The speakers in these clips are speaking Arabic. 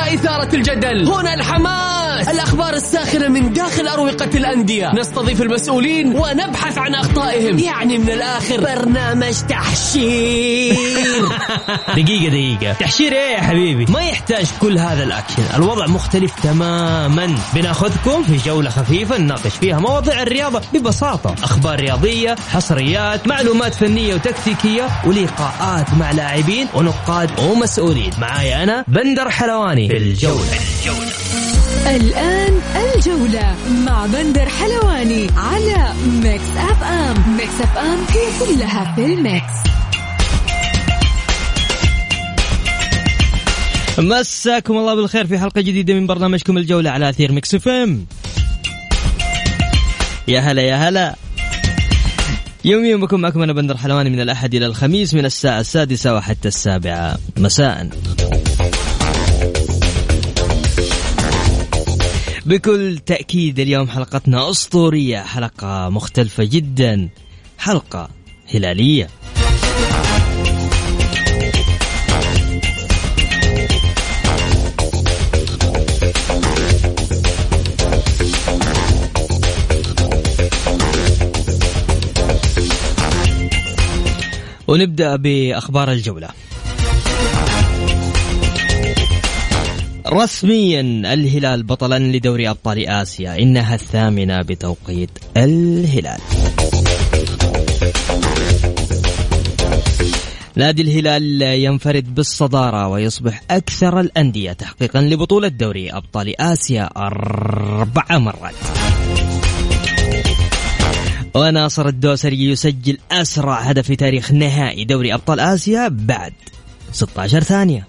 هنا إثارة الجدل، هنا الحماس، الأخبار الساخنة من داخل أروقة الأندية، نستضيف المسؤولين ونبحث عن أخطائهم. يعني من الآخر برنامج تحشير. دقيقة تحشير ايه يا حبيبي؟ ما يحتاج كل هذا الأكشن، الوضع مختلف تماما. بناخذكم في جولة خفيفة نناقش فيها مواضيع الرياضة ببساطة، أخبار رياضية، حصريات، معلومات فنية وتكتيكية، ولقاءات مع لاعبين ونقاد ومسؤولين. معايا أنا بندر حلواني في الجولة. الآن الجولة مع بندر حلواني على ميكس أف أم. ميكس أف أم هي كلها في الميكس. مساكم الله بالخير في حلقة جديدة من برنامجكم الجولة على أثير ميكس أف أم. يا هلا يوميا بكم معكم أنا بندر حلواني من الأحد إلى الخميس من الساعة 6 وحتى 7 مساء. بكل تأكيد اليوم حلقتنا أسطورية، حلقة مختلفة جدا، حلقة هلالية. ونبدأ بأخبار الجولة. رسميا الهلال بطلا لدوري أبطال آسيا، إنها 8 بتوقيت الهلال. نادي الهلال ينفرد بالصدارة ويصبح أكثر الأندية تحقيقا لبطولة دوري أبطال آسيا 4 مرات. وناصر الدوسري يسجل أسرع هدف في تاريخ نهائي دوري أبطال آسيا بعد 16 ثانية.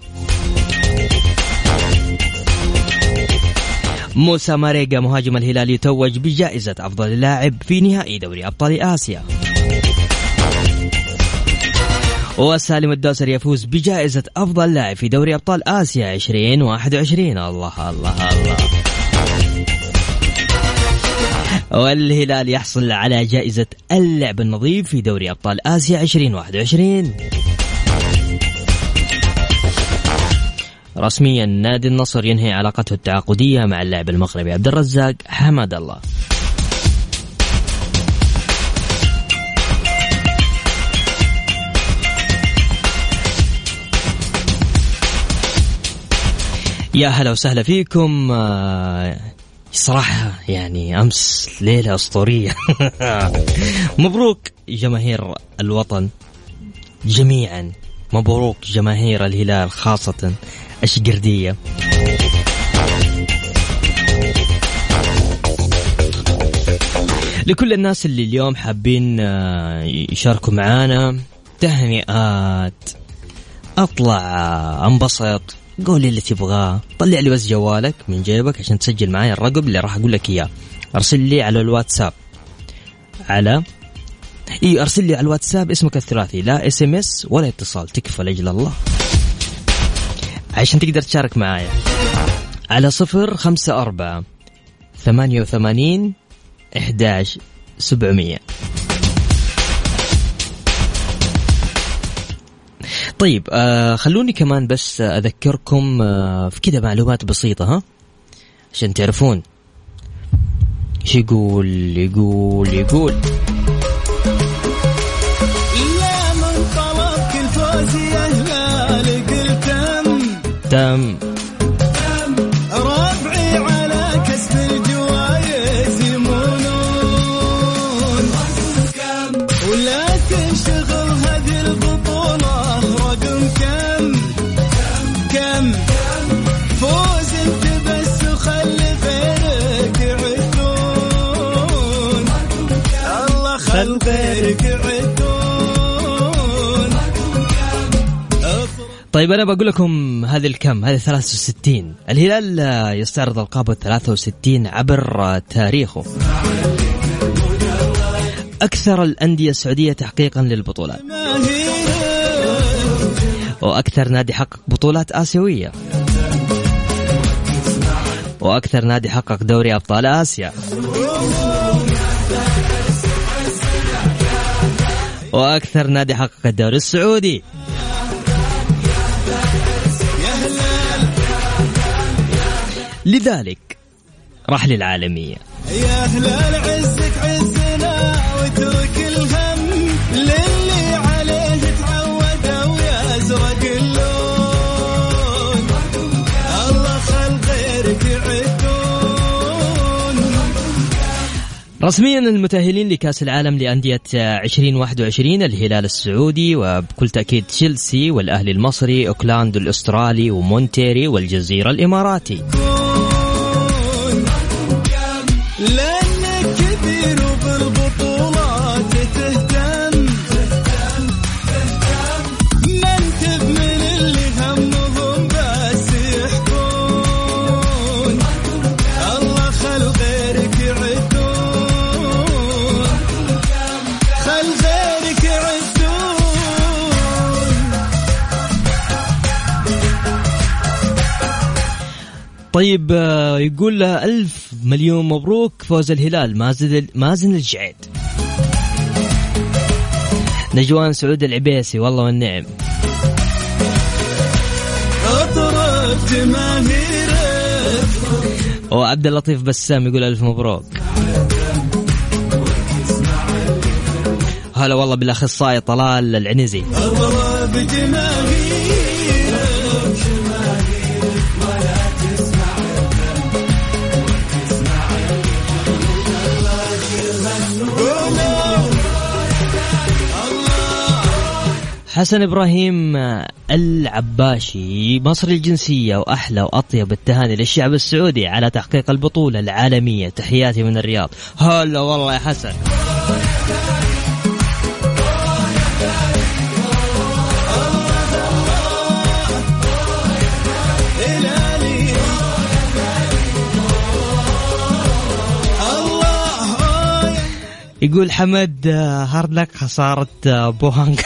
موسى ماريغا مهاجم الهلال يتوج بجائزة أفضل لاعب في نهائي دوري أبطال آسيا. وسالم الدوسري يفوز بجائزة أفضل لاعب في دوري أبطال آسيا 2021. الله الله الله. والهلال يحصل على جائزة اللعب النظيف في دوري أبطال آسيا 2021. رسميا نادي النصر ينهي علاقته التعاقدية مع اللاعب المغربي عبد الرزاق حمد الله. يا هلا وسهلا فيكم. صراحة يعني أمس ليلة أسطورية. مبروك جماهير الوطن جميعا، مبروك جماهير الهلال خاصة الشقردية. لكل الناس اللي اليوم حابين يشاركوا معانا تهنئات، أطلع انبسط، قولي اللي تبغاه، طلع لي بس جوالك من جيبك عشان تسجل معايا الرقم اللي راح أقول لك إياه. أرسل لي على الواتساب أرسل لي على الواتساب اسمك الثلاثي، لا SMS ولا اتصال، تكفى لأجل الله، عشان تقدر تشارك معايا على 054 88 11 700. طيب خلوني كمان بس أذكركم في كده معلومات بسيطة عشان تعرفون ايش يقول. لا من طلب كل فوز يا هلال قلت تم ربعي على كسب الجوايز يمونون، ولا تنشغل هذه البطولة رقم كم فوز انت بس وخلي غيرك يعدون، الله خل غيرك يعدون. طيب أنا بقول لكم هذه الكم، هذه 63. الهلال يستعرض ألقابه 63 عبر تاريخه، أكثر الأندية السعودية تحقيقا للبطولات، وأكثر نادي حقق بطولات آسيوية، وأكثر نادي حقق دوري أبطال آسيا، وأكثر نادي حقق الدوري السعودي. ولذلك راح للعالمية. يا هلال عزك عزنا وترك الهم للي عليه تعود ويزرق اللون الله خلق غيرك يعدون. رسميا المتأهلين لكأس العالم لأندية 2021 الهلال السعودي وبكل تأكيد تشيلسي والأهلي المصري أوكلاند الأسترالي ومونتيري والجزيرة الإماراتي. لأنك كبير وبالبطولات تهتم منتب من اللي همهم بس يحكون الله خل غيرك يعدون خل غيرك يعدون. طيب يقول له 1000 مليون مبروك فوز الهلال مازن الجعيد. نجوان سعود العبيسي والله والنعم. اطرب جماهيرك. وعبد اللطيف بسام يقول 1000 مبروك. هلا والله بالاخصائي طلال العنزي. اطرب جماهيرك. حسن إبراهيم العباشي مصري الجنسية وأحلى وأطيب التهاني للشعب السعودي على تحقيق البطولة العالمية. تحياتي من الرياض. هلا والله يا حسن. يقول حمد هارد لك خسارة بوهانغ.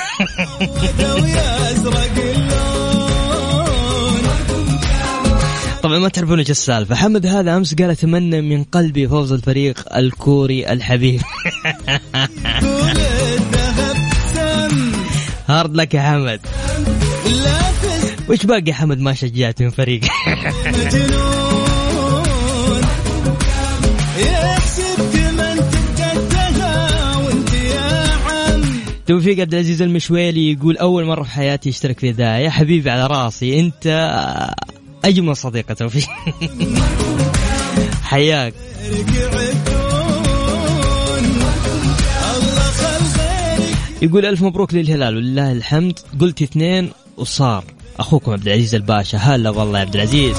طبعا ما تعرفون ايش السالفة. حمد هذا امس قال اتمنى من قلبي فوز الفريق الكوري الحبيب. هارد لك يا حمد. وش باقي حمد ما شجعت من فريق؟ توفيق عبد العزيز المشويلي يقول أول مرة في حياتي اشترك في ذا. يا حبيبي على راسي أنت أجمل صديقة توفيق. حياك. يقول 1000 مبروك للهلال ولله الحمد. قلت 2 وصار. أخوكم عبد العزيز الباشا. هلا والله يا عبد العزيز.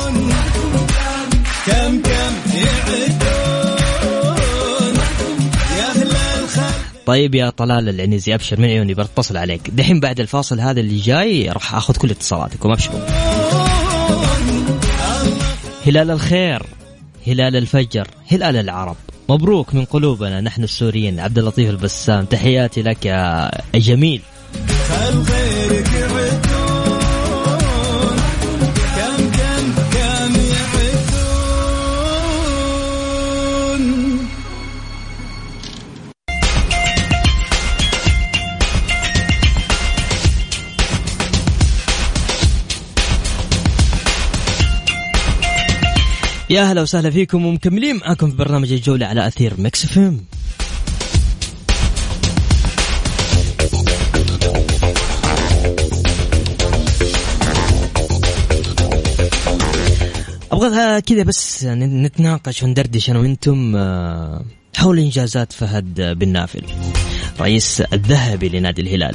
طيب يا طلال العنزي أبشر من عيوني بتصل عليك دحين بعد الفاصل هذا اللي جاي راح أخذ كل اتصالاتكم. أبشروا. هلال الخير هلال الفجر هلال العرب مبروك من قلوبنا نحن السوريين. عبد اللطيف البسام تحياتي لك يا جميل. يا هلا وسهلا فيكم ومكملين معاكم في برنامج الجولة على أثير ميكس اف ام. أبغى كذا بس نتناقش وندردش أنا وأنتم حول إنجازات فهد بن نافل رئيس الذهبي لنادي الهلال.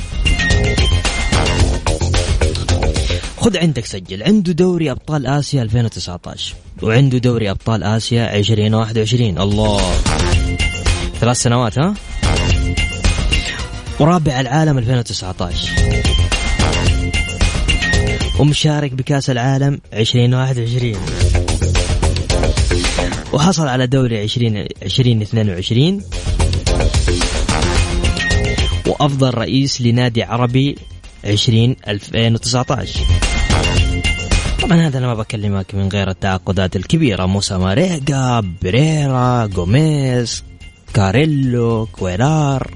خذ عندك سجل عنده دوري أبطال آسيا 2019 وعنده دوري أبطال آسيا 2021. الله 3 سنوات ها. ورابع العالم 2019 ومشارك بكأس العالم 2021 وحصل على دوري 2022 وأفضل رئيس لنادي عربي 2019. طبعا هذا أنا ما بكلمك من غير التعاقدات الكبيرة. موسى ماريغا بريرا غوميز كاريلو كويرار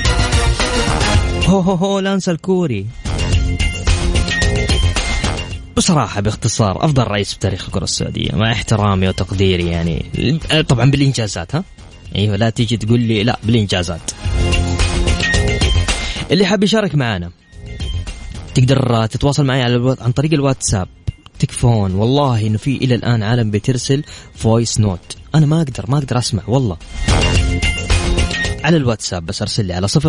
هو لانس الكوري. بصراحة باختصار أفضل رئيس بتاريخ الكرة السعودية مع احترامي وتقديري يعني، طبعا بالإنجازات. ها أيوة، لا تيجي تقول لي لا، بالإنجازات. اللي حاب يشارك معنا تقدر تتواصل معي عن طريق الواتساب. تكفون والله إنه في إلى الآن عالم بترسل فويس نوت، أنا ما أقدر أسمع والله. على الواتساب بس أرسل لي على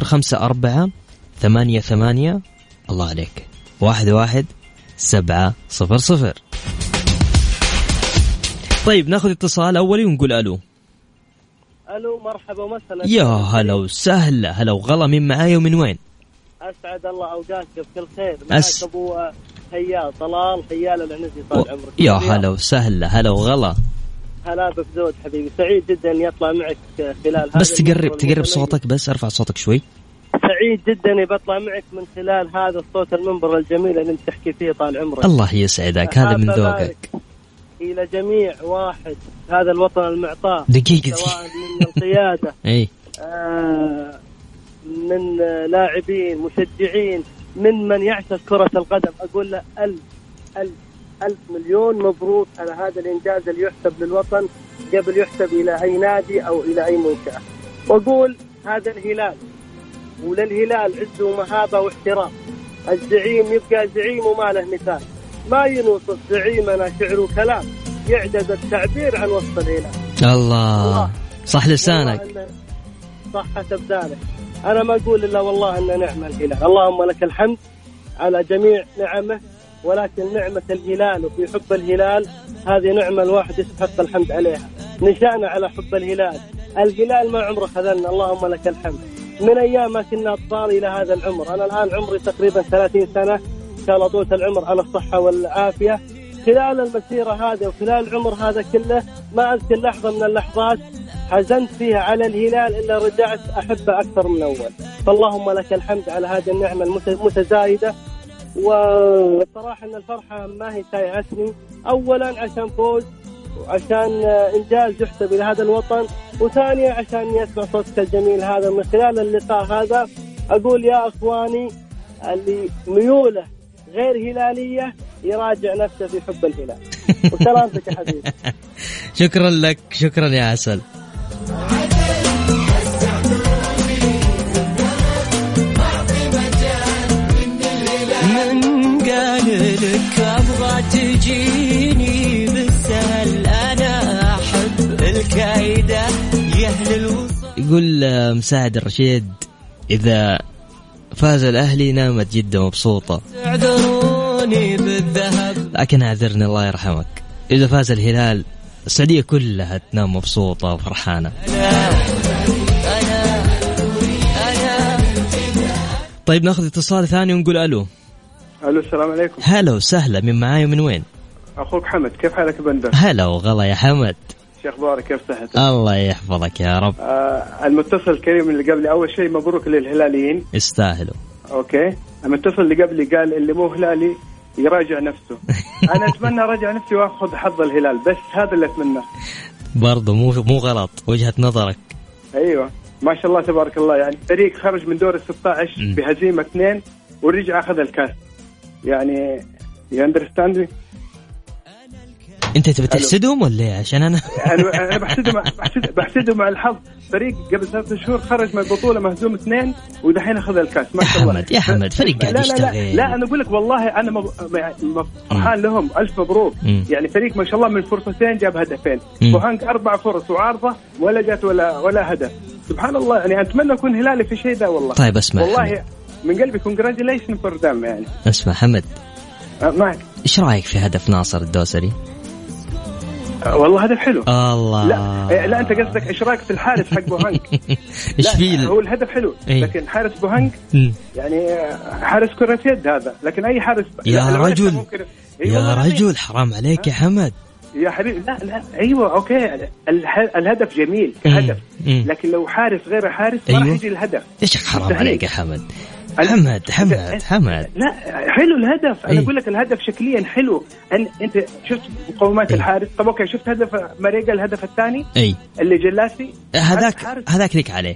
054-88 الله عليك 11700. طيب ناخذ اتصال أولي ونقول ألو. ألو مرحبا ومسهلا. يا هلا وسهلا، هلا وغلا، من معاي ومن وين؟ أسعد الله أوقاتك بكل خير. معك أبو هيال طلال هيال العنزي طال عمرك. يا هلا وسهلا، هلا وغلا. هلا بك زود حبيبي، سعيد جدا يطلع معك خلال هذا. بس تقرب صوتك، بس ارفع صوتك شوي. سعيد جدا بطلع معك من خلال هذا الصوت المنبر الجميل اللي انت تحكي فيه طال عمرك. الله يسعدك، هذا من ذوقك. إلى جميع واحد هذا الوطن المعطاء دقيقة سواء من القيادة من لاعبين مشجعين من يعشق كرة القدم، أقول له ألف مليون مبروك على هذا الإنجاز اللي يحسب للوطن قبل يحسب إلى أي نادي أو إلى أي منشأة. وأقول هذا الهلال وللهلال عز ومهابة واحترام. الزعيم يبقى زعيم وما له مثال، ما ينوصف زعيمنا شعر وكلام، يعجز التعبير عن وصف الهلال. الله صح لسانك، صحة بذلك. أنا ما أقول إلا والله أن نعم الهلال، اللهم لك الحمد على جميع نعمه، ولكن نعمة الهلال وفي حب الهلال هذه نعمة الواحد يستحق الحمد عليها. نشأنا على حب الهلال، الهلال ما عمره خذلنا، اللهم لك الحمد. من أيام ما كنا أطفال إلى هذا العمر، أنا الآن عمري تقريبا 30 سنة، إن شاء الله طولة العمر على الصحة والعافية. خلال المسيرة هذه وخلال العمر هذا كله ما أذكر لحظة من اللحظات حزنت فيها على الهلال إلا رجعت أحبه أكثر من أول. فاللهم لك الحمد على هذه النعمة المتزايدة. وصراحة أن الفرحة ما هي سايعتني، أولا عشان فوز وعشان إنجاز يحسب إلى هذا الوطن، وثانيا عشان يسمع صوتك الجميل هذا. من خلال اللقاء هذا أقول يا أخواني اللي ميوله غير هلالية يراجع نفسه في حب الهلال. وسلامتك يا حبيبي. شكرا لك، شكرا يا عسل. من قال لك أبغى تجيني بالسهل، أنا أحب الكايدة يهل الوصول. يقول مساعد الرشيد إذا فاز الأهلي نامت جدة مبسوطة، لكن أعذرني الله يرحمك، إذا فاز الهلال السعودية كلها تنام مبسوطة وفرحانة. طيب ناخذ اتصال ثاني ونقول ألو. ألو السلام عليكم. هلا وسهلا، من معاي ومن وين؟ أخوك حمد، كيف حالك بندر؟ هلا وغلا يا حمد. شو أخبارك، كيف صحتك؟ الله يحفظك يا رب. المتصل الكريم اللي قبلي أول شيء مبروك للهلاليين، استاهلوا. أوكي. المتصل اللي قبلي قال اللي مو هلالي يراجع نفسه. أنا أتمنى أراجع نفسي وأخذ حظ الهلال، بس هذا اللي أتمنى. برضو مو غلط وجهة نظرك. أيوة ما شاء الله تبارك الله، يعني فريق خرج من دور 16 بهزيمة 2 ورجع أخذ الكاس، يعني you understand me؟ انت تبي تحسدهم ولا ايه؟ عشان انا بحسدهم مع الحظ. فريق قبل 3 شهور خرج من البطوله مهزوم 2 ودحين اخذ الكاس، ما شاء الله. يا حمد فريق قاعد يشتغل. لا انا اقول لك والله انا فرحان لهم، الف مبروك. يعني فريق ما شاء الله من فرصتين جاب هدفين، بوهانك 4 فرص وعارضه ولا جات ولا هدف. سبحان الله، يعني اتمنى اكون هلالي في شيء ذا والله. طيب اسمع والله حمد. من قلبي كونجراتيليشن فور دام. يعني اسمع حمد، معك، ايش رايك في هدف ناصر الدوسري؟ والله هدف حلو. الله. لا انت قصدك ايش رايك في الحارس حق بوهانك؟ ايش فيه؟ هو الهدف حلو، لكن حارس بوهانك يعني حارس كرة يد هذا، لكن اي حارس يا رجل يا رجل حرام عليك يا حمد يا حبيبي. لا ايوه اوكي، الهدف جميل كهدف، لكن لو حارس غير حارس ما راح يجي الهدف. ايش حرام عليك يا حمد؟ حمد لا حلو الهدف. انا اقول لك الهدف شكليا حلو. انت شفت مقومات الحارس؟ طب اوكي، شفت هدف ماريجا الهدف الثاني اللي جلاسي؟ هذاك ليك عليه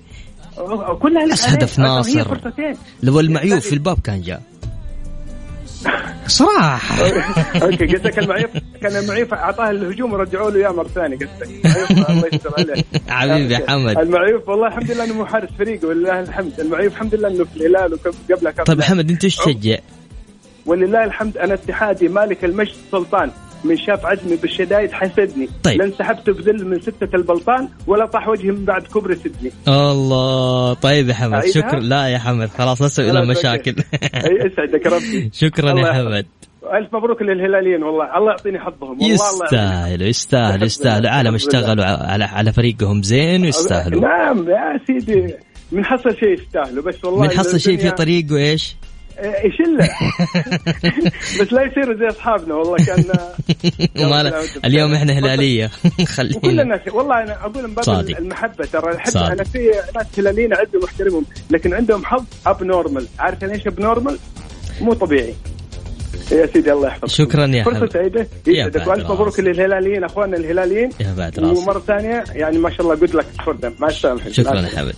كلها لك عليه. هدف ناصر لو المعيوب في الباب كان جاء. صراحة. اوكي قصدك المعيف، كان المعيف اعطاه الهجوم ورجعوا له اياه مرة ثانية قصدك. الله يستر عليه حبيبي حمد. المعيف والله الحمد لله انه محارس فريق ولله الحمد. المعيف الحمد لله انه في الهلال وقبلها كان. طيب حمد انت ايش تشجع؟ ولله الحمد انا اتحادي مالك المجد سلطان، من شاف عزمي بالشدايد حسدني. طيب. لن سحبت بذل من 6 البلطان ولا طاح وجهي من بعد كبر سدني. الله. طيب يا حمد شكرا. لا يا حمد خلاص نسوي له مشاكل. يسعدك ربي. شكرا يا حمد. ألف مبروك للهلاليين والله، الله يعطيني حظهم والله. يستاهلوا عالم اشتغلوا على فريقهم زين ويستاهلوا. نعم يا سيدي من حصل شيء يستاهلوا، بس والله من حصل شيء في طريقه ايش إله. بس لا يصير زي أصحابنا والله. كان اليوم إحنا هلالية. خلينا كل الناس والله أنا أقول من باب المحبة. ترى حتى أنا في ناس هلاليين أعد محترمهم لكن عندهم حظ أب نورمال. عارف ليش أب نورمال؟ مو طبيعي يا سيدي. الله يحفظك. شكرا يا حبيبي. فرصة سعيدة. يسعدك وألف مبروك للهلاليين أخواننا الهلاليين. ومرة ثانية يعني ما شاء الله قد لك تفضل مع السلامة. شكرا يا حبيبي.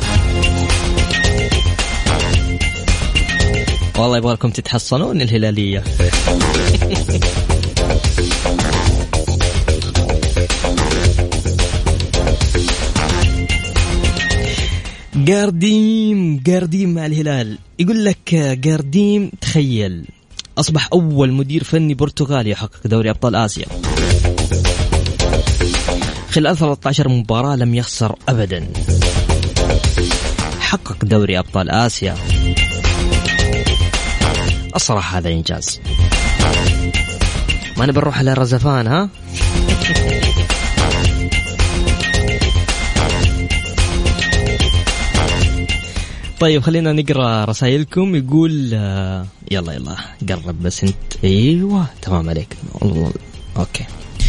والله يبغالكم تتحصنون الهلالية. قارديم مع الهلال. يقول لك قارديم تخيل أصبح أول مدير فني برتغالي يحقق دوري أبطال آسيا. خلال 13 مباراة لم يخسر أبدا. حقق دوري أبطال آسيا. الصراحة هذا إنجاز. ما نبروح على رزفان ها. طيب خلينا نقرأ رسائلكم. يقول يلا قرب بس انت. ايوه تمام عليك. اوكي.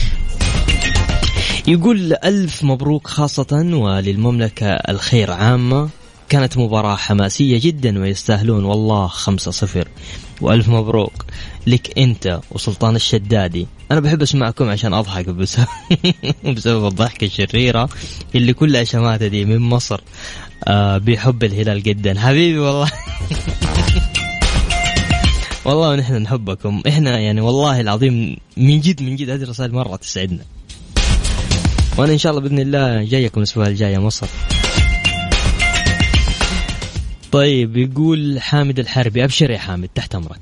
يقول ألف مبروك خاصة وللمملكة الخير عامة. كانت مباراة حماسية جدا ويستاهلون والله 5-0. وألف مبروك لك أنت وسلطان الشدادي. أنا بحب أسمعكم عشان أضحك بسبب الضحكة الشريرة اللي كلها شماتة دي من مصر. بيحب الهلال جدا حبيبي والله. والله ونحن نحبكم إحنا يعني والله العظيم من جد هذه الرسائل مرة تسعدنا. وأنا إن شاء الله بإذن الله جايكم الأسبوع الجاي مصر. طيب يقول حامد الحربي أبشر يا حامد تحت أمرك.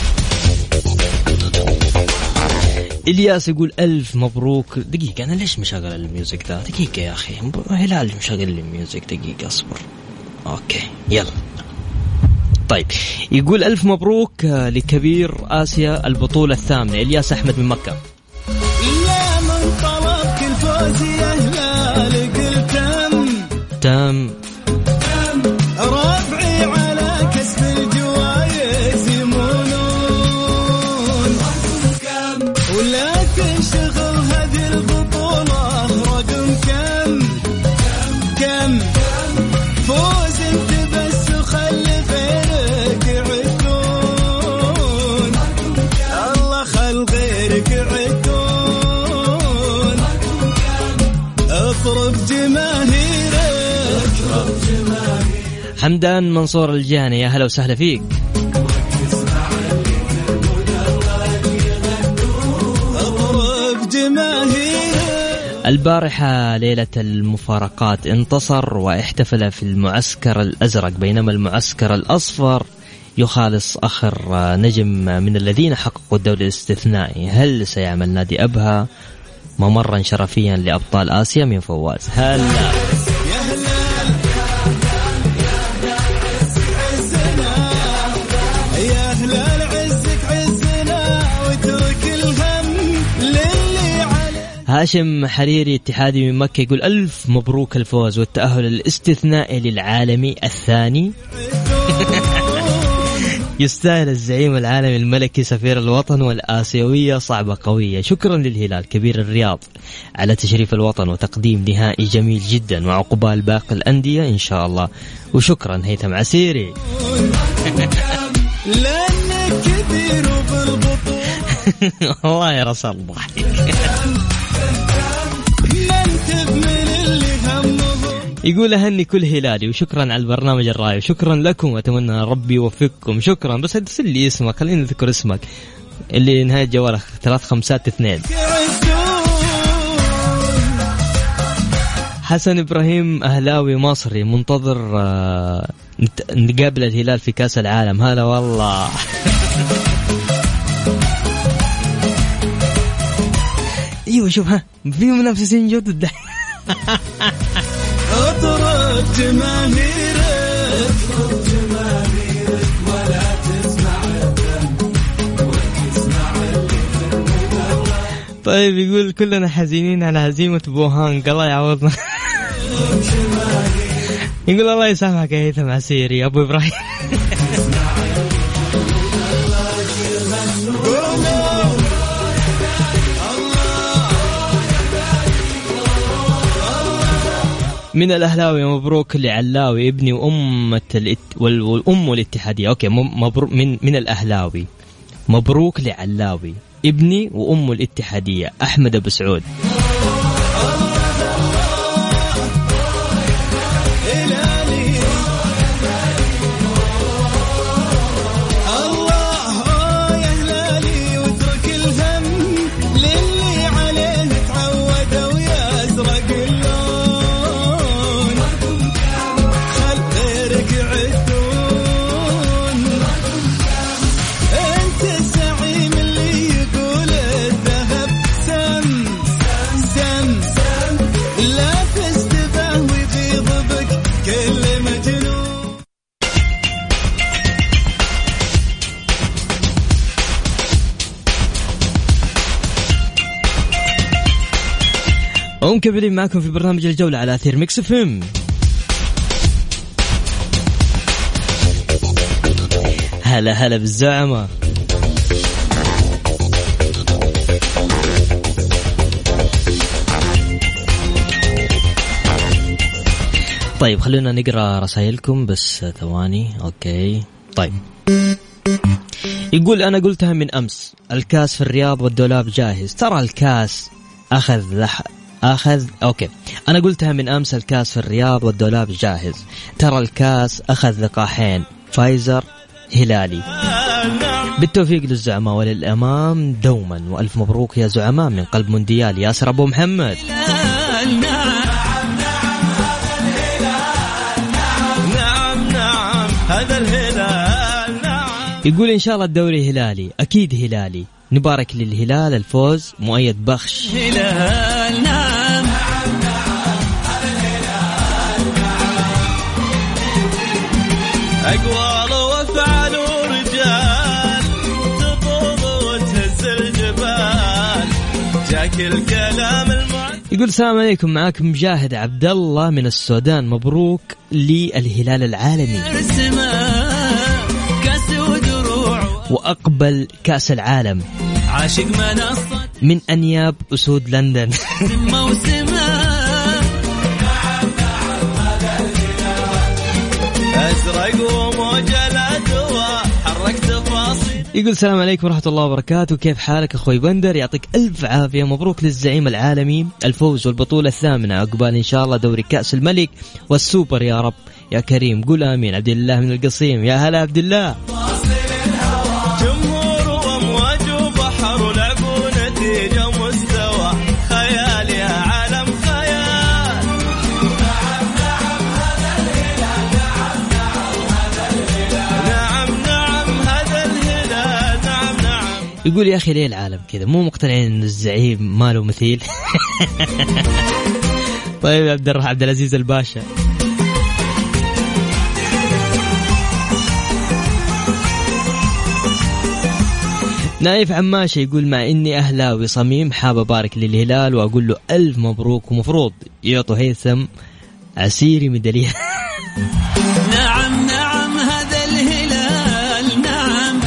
إلياس يقول ألف مبروك. دقيقة أنا ليش مشغل الميوزك ده؟ دقيقة يا أخي هلال مشغل الميوزك. دقيقة أصبر. أوكي يلا. طيب يقول ألف مبروك لكبير آسيا البطولة الثامنة. إلياس أحمد من مكة. يا من طلب كل فوز يا هلال قلت تام رافعي على كسب الجوائز يمونون ولا تنشغل هذه البطولة رقم كم فوز انت بس وخلي غيرك يعدون. الله خل غيرك يعدون. اطرب جماهيرك. حمدان منصور الجاني يا هلا وسهلا فيك. البارحة ليلة المفارقات انتصر واحتفل في المعسكر الأزرق بينما المعسكر الأصفر يخالص آخر نجم من الذين حققوا الدوري الاستثنائي. هل سيعمل نادي أبها ممرا شرفيا لأبطال آسيا من فواز؟ هلا هاشم حريري اتحادي من مكة يقول ألف مبروك الفوز والتأهل الاستثنائي للعالمي الثاني. يستاهل الزعيم العالمي الملكي سفير الوطن والآسيوية صعبة قوية. شكرا للهلال كبير الرياض على تشريف الوطن وتقديم نهائي جميل جدا وعقبال باقي الأندية إن شاء الله. وشكرا هيثم عسيري. والله يا رسال ضحك. يقول أهني كل هلالي وشكرا على البرنامج الرائع وشكرا لكم وأتمنى ربي يوفقكم. شكرا، بس ارسل لي اسمك، خلينا نذكر اسمك اللي نهاية جوالك 352. حسن إبراهيم أهلاوي مصري منتظر نقابل الهلال في كأس العالم. هلا والله. ايوه شوف ها في منافسين جدد. اطرب جماهيرك ولا تسمع الذنب واسمع. طيب يقول كلنا حزينين على هزيمة بوهانج، الله يعوضنا. يقول الله يسامحك يا هيثم عسيري أبو إبراهيم. من الأهلاوي مبروك لعلاوي ابني والأم والاتحادية. أوكي مبروك من الأهلاوي مبروك لعلاوي ابني وأم الاتحادية أحمد أبو سعود. ومكملين معكم في برنامج الجولة على أثير ميكس اف ام. هلا بالزعمة. طيب خلونا نقرأ رسائلكم بس ثواني. أوكي طيب يقول أنا قلتها من أمس، الكاس في الرياض والدولاب جاهز. ترى الكاس أوكي أنا قلتها من أمس، الكاس في الرياض والدولاب جاهز. ترى الكاس أخذ لقاحين، فايزر هلالي. بالتوفيق للزعماء وللأمام دوما، وألف مبروك يا زعماء من قلب مونديال. ياسر أبو محمد. يقول إن شاء الله الدوري هلالي، أكيد هلالي. نبارك للهلال الفوز. مؤيد بخش. هلال نعم. أقوال وفعل ورجال تطوض وتهز الجبال، جاك الكلام يقول السلام عليكم، معاكم مجاهد عبد الله من السودان. مبروك للهلال العالمي وأقبل كأس العالم من أنياب أسود لندن. يقول السلام عليكم ورحمة الله وبركاته، كيف حالك أخوي بندر؟ يعطيك ألف عافية. مبروك للزعيم العالمي الفوز والبطولة الثامنة، عقبال إن شاء الله دوري كأس الملك والسوبر يا رب يا كريم. قول آمين. عبد الله من القصيم. يا هلا عبد الله. يقول يا أخي ليه العالم كذا مو مقتنعين إن الزعيم ماله مثيل؟ طيب عبد العزيز الباشا. نايف عماشة يقول مع إني أهلاوي صميم حاب أبارك للهلال وأقول له ألف مبروك، ومفروض يعطوا هيثم عسيري ميدالية. نعم نعم هذا الهلال، نعم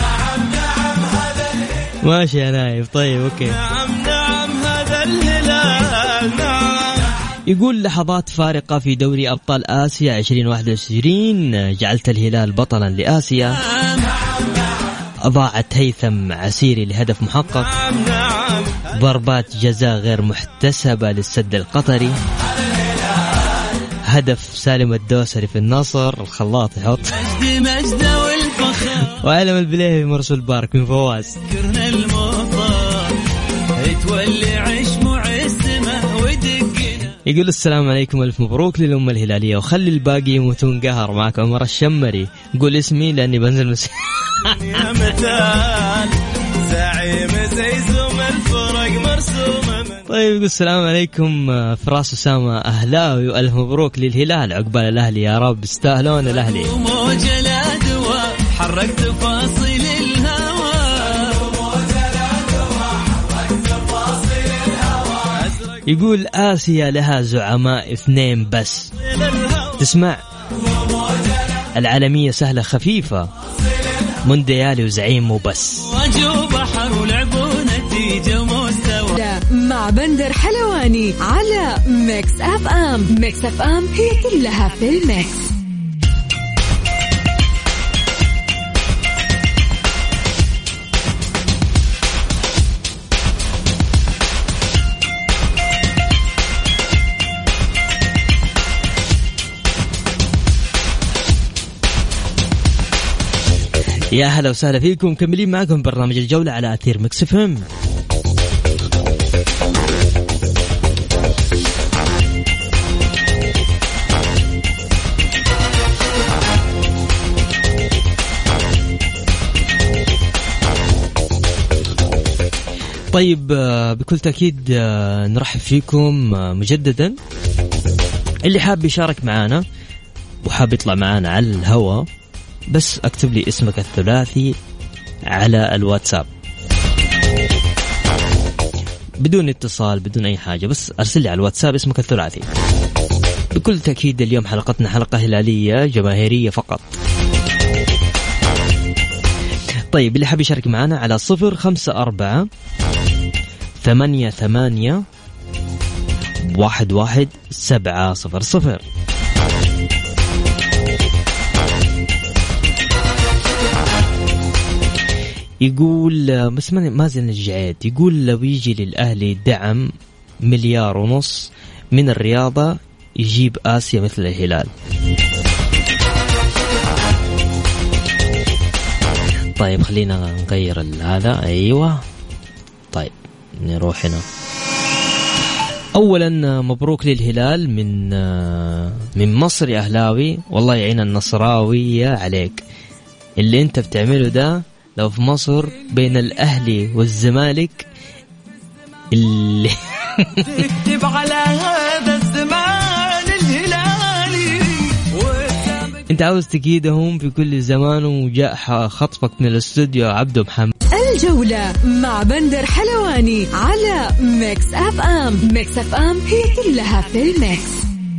ماشي يا نايف. طيب أوكي. نعم هذا الهلال، نعم. يقول لحظات فارقة في دوري أبطال آسيا 2021 جعلت الهلال بطلا لآسيا. أضاعت هيثم عسيري لهدف محقق. ضربات جزاء غير محتسبة للسد القطري. هدف سالم الدوسري في النصر، الخلاط يحط وعلم البليهي مرسول بارك من فواز. يقول السلام عليكم، ألف مبروك للأمة الهلالية، وخلي الباقي يموتون قهر. معك عمر الشمري، قول اسمي لأني بنزل يا مثال زعيم زيزوم الفرق مرسومة. طيب يقول السلام عليكم، فراس أسامة أهلاوي، وألف مبروك للهلال عقبال الأهلي يا رب، استاهلون الأهلي. حركت فاصل الهوى يقول آسيا لها زعماء 2 بس، تسمع العالمية سهلة خفيفة، مونديالي وزعيم وبس. مع بندر حلواني على ميكس اف ام. ميكس اف ام هي كلها في الميكس. يا هلا وسهلا فيكم، مكملين معكم برنامج الجولة على أثير ميكس اف ام. طيب بكل تأكيد نرحب فيكم مجددا. اللي حاب يشارك معنا وحاب يطلع معنا على الهواء بس اكتب لي اسمك الثلاثي على الواتساب بدون اتصال بدون اي حاجة، بس ارسل لي على الواتساب اسمك الثلاثي. بكل تأكيد اليوم حلقتنا حلقة هلالية جماهيرية فقط. طيب اللي حاب يشارك معنا على 054-88-11700. يقول بس مازن الجعيد يقول لو يجي للأهلي دعم 1.5 مليار من الرياضة يجيب آسيا مثل الهلال. طيب خلينا نغير هذا. أيوة طيب نروح هنا. أولا مبروك للهلال من مصر يا أهلاوي، والله يعين النصراوية عليك. اللي انت بتعمله ده لو في مصر بين الأهلي والزمالك اللي تكتب على هذا الزمان الهلالي انت عاوز تكيدهم في كل زمان، وجاء خطفك من الاستوديو عبدو محمد. الجولة مع بندر حلواني على ميكس اف ام. ميكس اف ام هي كلها في الميكس.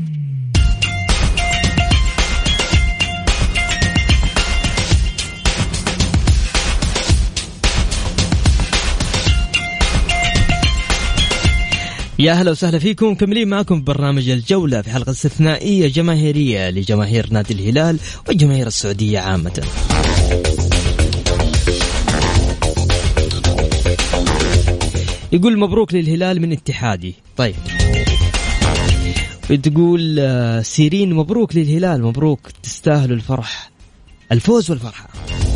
يا هلا وسهلا فيكم، مكملين معكم برنامج الجولة في حلقة استثنائية جماهيرية لجماهير نادي الهلال وجماهير السعودية عامة. يقول مبروك للهلال من اتحادي. طيب بتقول سيرين مبروك للهلال، مبروك تستاهلوا الفرح، الفوز والفرحة.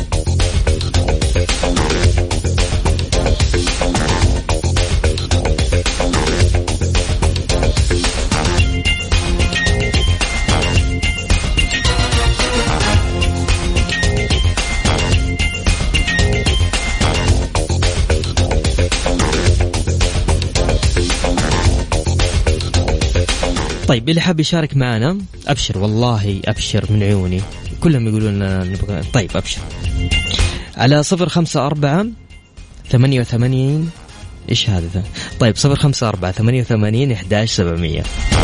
طيب اللي حاب يشارك معنا أبشر، والله أبشر من عيوني، كلهم يقولون لنا نبغى. طيب أبشر على 054-88 إيش هذا؟ طيب 054-88-11700.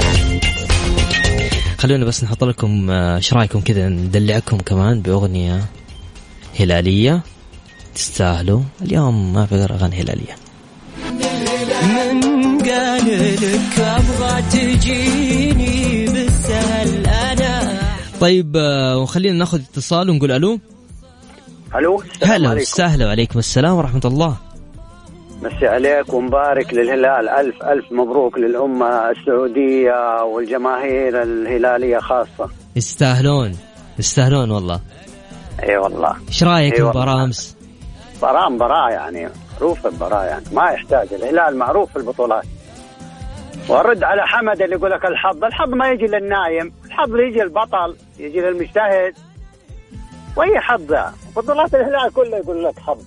خلونا بس نحط لكم إيش رأيكم كذا ندلعكم كمان بأغنية هلالية تستاهلوا. اليوم ما في غير أغاني هلالية. من قال لك أبغى تجيني بالسهل أنا. طيب وخلينا ناخذ اتصال ونقول ألو. ألو هلا وسهلا وعليكم السلام ورحمة الله. مسي عليك ومبارك للهلال. ألف مبروك للأمة السعودية والجماهير الهلالية خاصة. يستاهلون والله. اي والله. ايش رايك المباراة امس؟ مباراة يعني معروف المباراة، يعني ما يحتاج، الهلال معروف في البطولات. وارد على حمد اللي يقول لك الحظ ما يجي للنايم، الحظ يجي للبطل، يجي للمجتهد. واي حظ بطولات الهلال كله يقول لك حظ.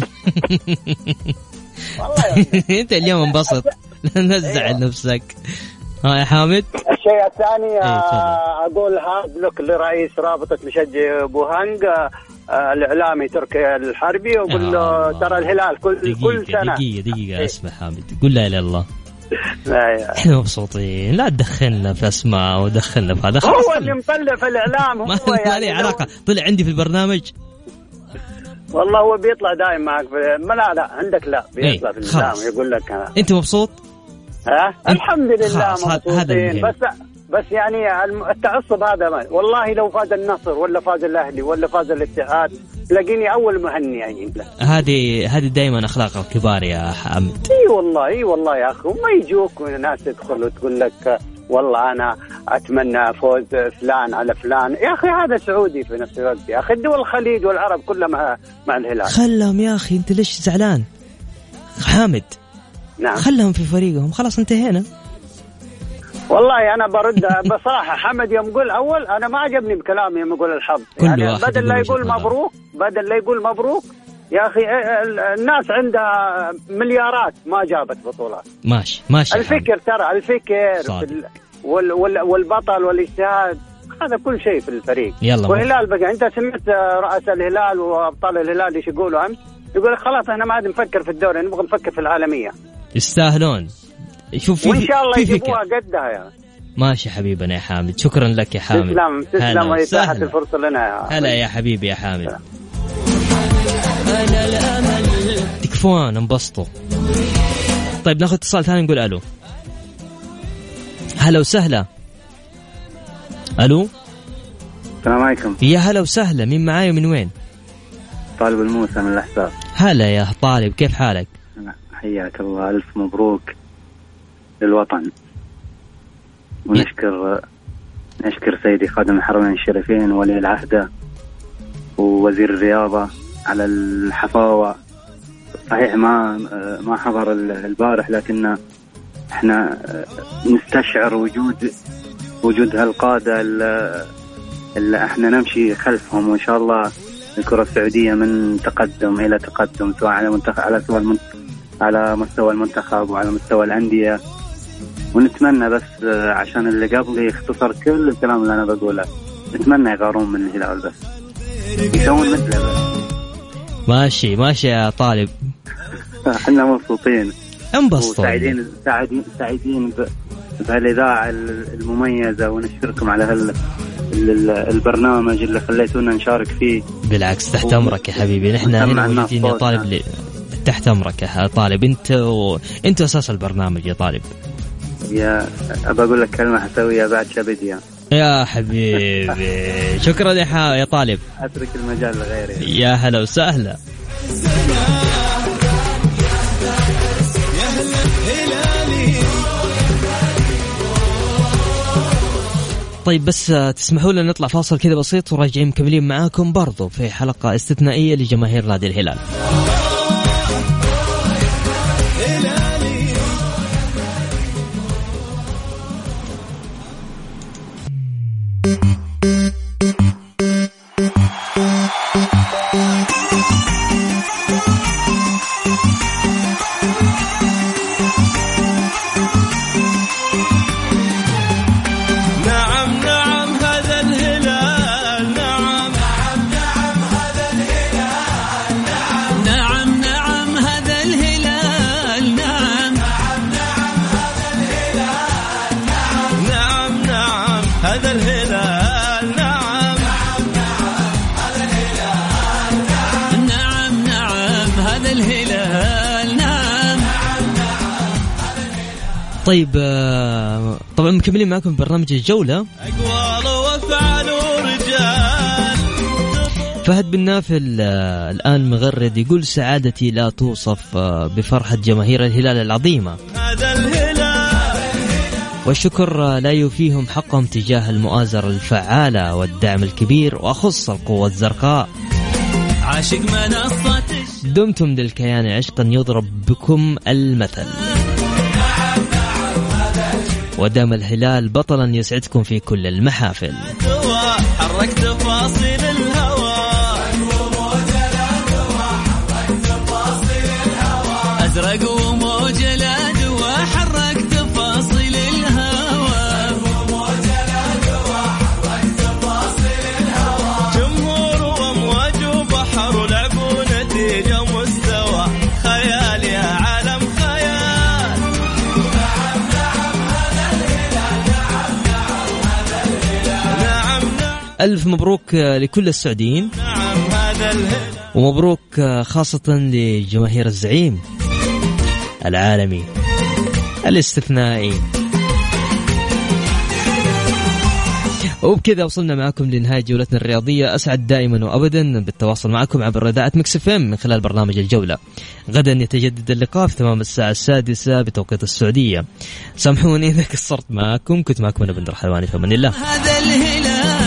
والله يعني. انت اليوم انبسط، لا تزعل نفسك. يا حامد. الشيء الثاني اقول هارد لك لرئيس رابطة مشجعي بوهنج الاعلامي تركي الحربي، وقول له ترى الهلال كل سنة. دقيقة اسمع حامد، قول لا اله الا الله. احنا مبسوطين، لا تدخلنا في اسماء ودخلنا في هذا. هو اللي مطلع في الاعلام، هو ما لي علاقة. طلع عندي في البرنامج والله، هو بيطلع دائما معك لا عندك لا بيطلع في الاعلام يقول لك انت مبسوط. الحمد لله مبسوطين. بس يعني التعصب هذا والله لو فاز النصر ولا فاز الاهلي ولا فاز الاتحاد تلاقيني اول مهني يعني. هذه دائما اخلاق الكبار يا حامد. اي والله يا اخي. وما يجوك ناس تدخل وتقول لك والله انا اتمنى فوز فلان على فلان. يا اخي هذا سعودي في نفس الوقت يا اخي. الدول الخليج والعرب كلها مع الهلال. خلهم يا اخي، انت ليش زعلان حامد؟ نعم. خلهم في فريقهم، خلاص انتهينا. والله أنا برد بصراحة. حمد يوم يقول أول أنا ما عجبني بكلامي يوم يقول الحظ، يعني بدل لا يقول مبروك يا أخي. الناس عندها مليارات ما جابت بطولات. ماشي الفكر ترى الفكر والبطل والاجتهاد هذا كل شيء في الفريق. والهلال بقى أنت سمعت رؤساء الهلال وأبطال الهلال إيش يقولوا أمس؟ يقول خلاص إحنا ما عاد نفكر في الدوري، نبغى نفكر في العالمية. يستاهلون. شوف وإن شاء الله يجيبوها قدها يا ماشي حبيبنا يا حامد. شكرا لك يا حامد. تسلم وإتاحة الفرصة لنا يا هلا يا حبيبي يا حامد. تكفون انبسطوا. طيب ناخذ اتصال ثاني نقول الو. هلا وسهلا. الو السلام عليكم. يا هلا وسهلا، مين معاي ومن وين؟ طالب الموسى من الأحساس. هلا يا طالب، كيف حالك؟ حياك الله. ألف مبروك للوطن، ونشكر سيدي خادم الحرمين الشريفين وولي العهد ووزير الرياضة على الحفاوة. صحيح ما حضر البارح، لكن احنا نستشعر وجود هالقادة اللي احنا نمشي خلفهم، وان شاء الله الكرة السعودية من تقدم إلى تقدم، سواء على مستوى المنتخب وعلى مستوى الأندية. ونتمنى بس عشان اللي قبلي يختصر كل الكلام اللي أنا بقوله، نتمنى يغارون من الهلال بس يسوون مثله بس. ماشي يا طالب. احنا مبسوطين انبسطوا سعيدين بهالإذاعة المميزة، ونشكركم على البرنامج اللي خليتونا نشارك فيه. بالعكس تحت أمرك يا حبيبي، نحن هنا موجودين يا طالب. تحت أمرك يا طالب، أنت أساس البرنامج يا طالب. أبى أقول لك كلمة حسوية بعد شبدية يا حبيبي. شكرا يا طالب. أترك المجال لغيري. يا هلا وسهلا. طيب بس تسمحوا لنا نطلع فاصل كذا بسيط وراجعين مكملين معاكم برضو في حلقة استثنائية لجماهير نادي الهلال. طيب طبعا مكملين معكم برنامج الجولة. فهد بن نافل الآن مغرد يقول سعادتي لا توصف بفرحة جماهير الهلال العظيمة، والشكر لا يوفيهم حقهم تجاه المؤازرة الفعالة والدعم الكبير، وأخص القوة الزرقاء. دمتم للكيان عشقا يضرب بكم المثل، ودام الهلال بطلا يسعدكم في كل المحافل. حركت فاصل الهوى أزرق وموج الأدوى، حركت فاصل الهوى جمهور وأمواج وبحر لعبوا نتيجة مستوى خيال يا عالم خيال. ألف مبروك لكل السعوديين، ومبروك خاصة لجماهير الزعيم العالمي الاستثنائي. وبكذا وصلنا معكم لنهاية جولتنا الرياضية. أسعد دائما وأبدا بالتواصل معكم عبر إذاعة ميكس اف ام من خلال برنامج الجولة. غدا يتجدد اللقاء في تمام الساعة 6 بتوقيت السعودية. سامحوني إذا قصرت معكم، كنت معكم أنا بندر حلواني، فمن الله.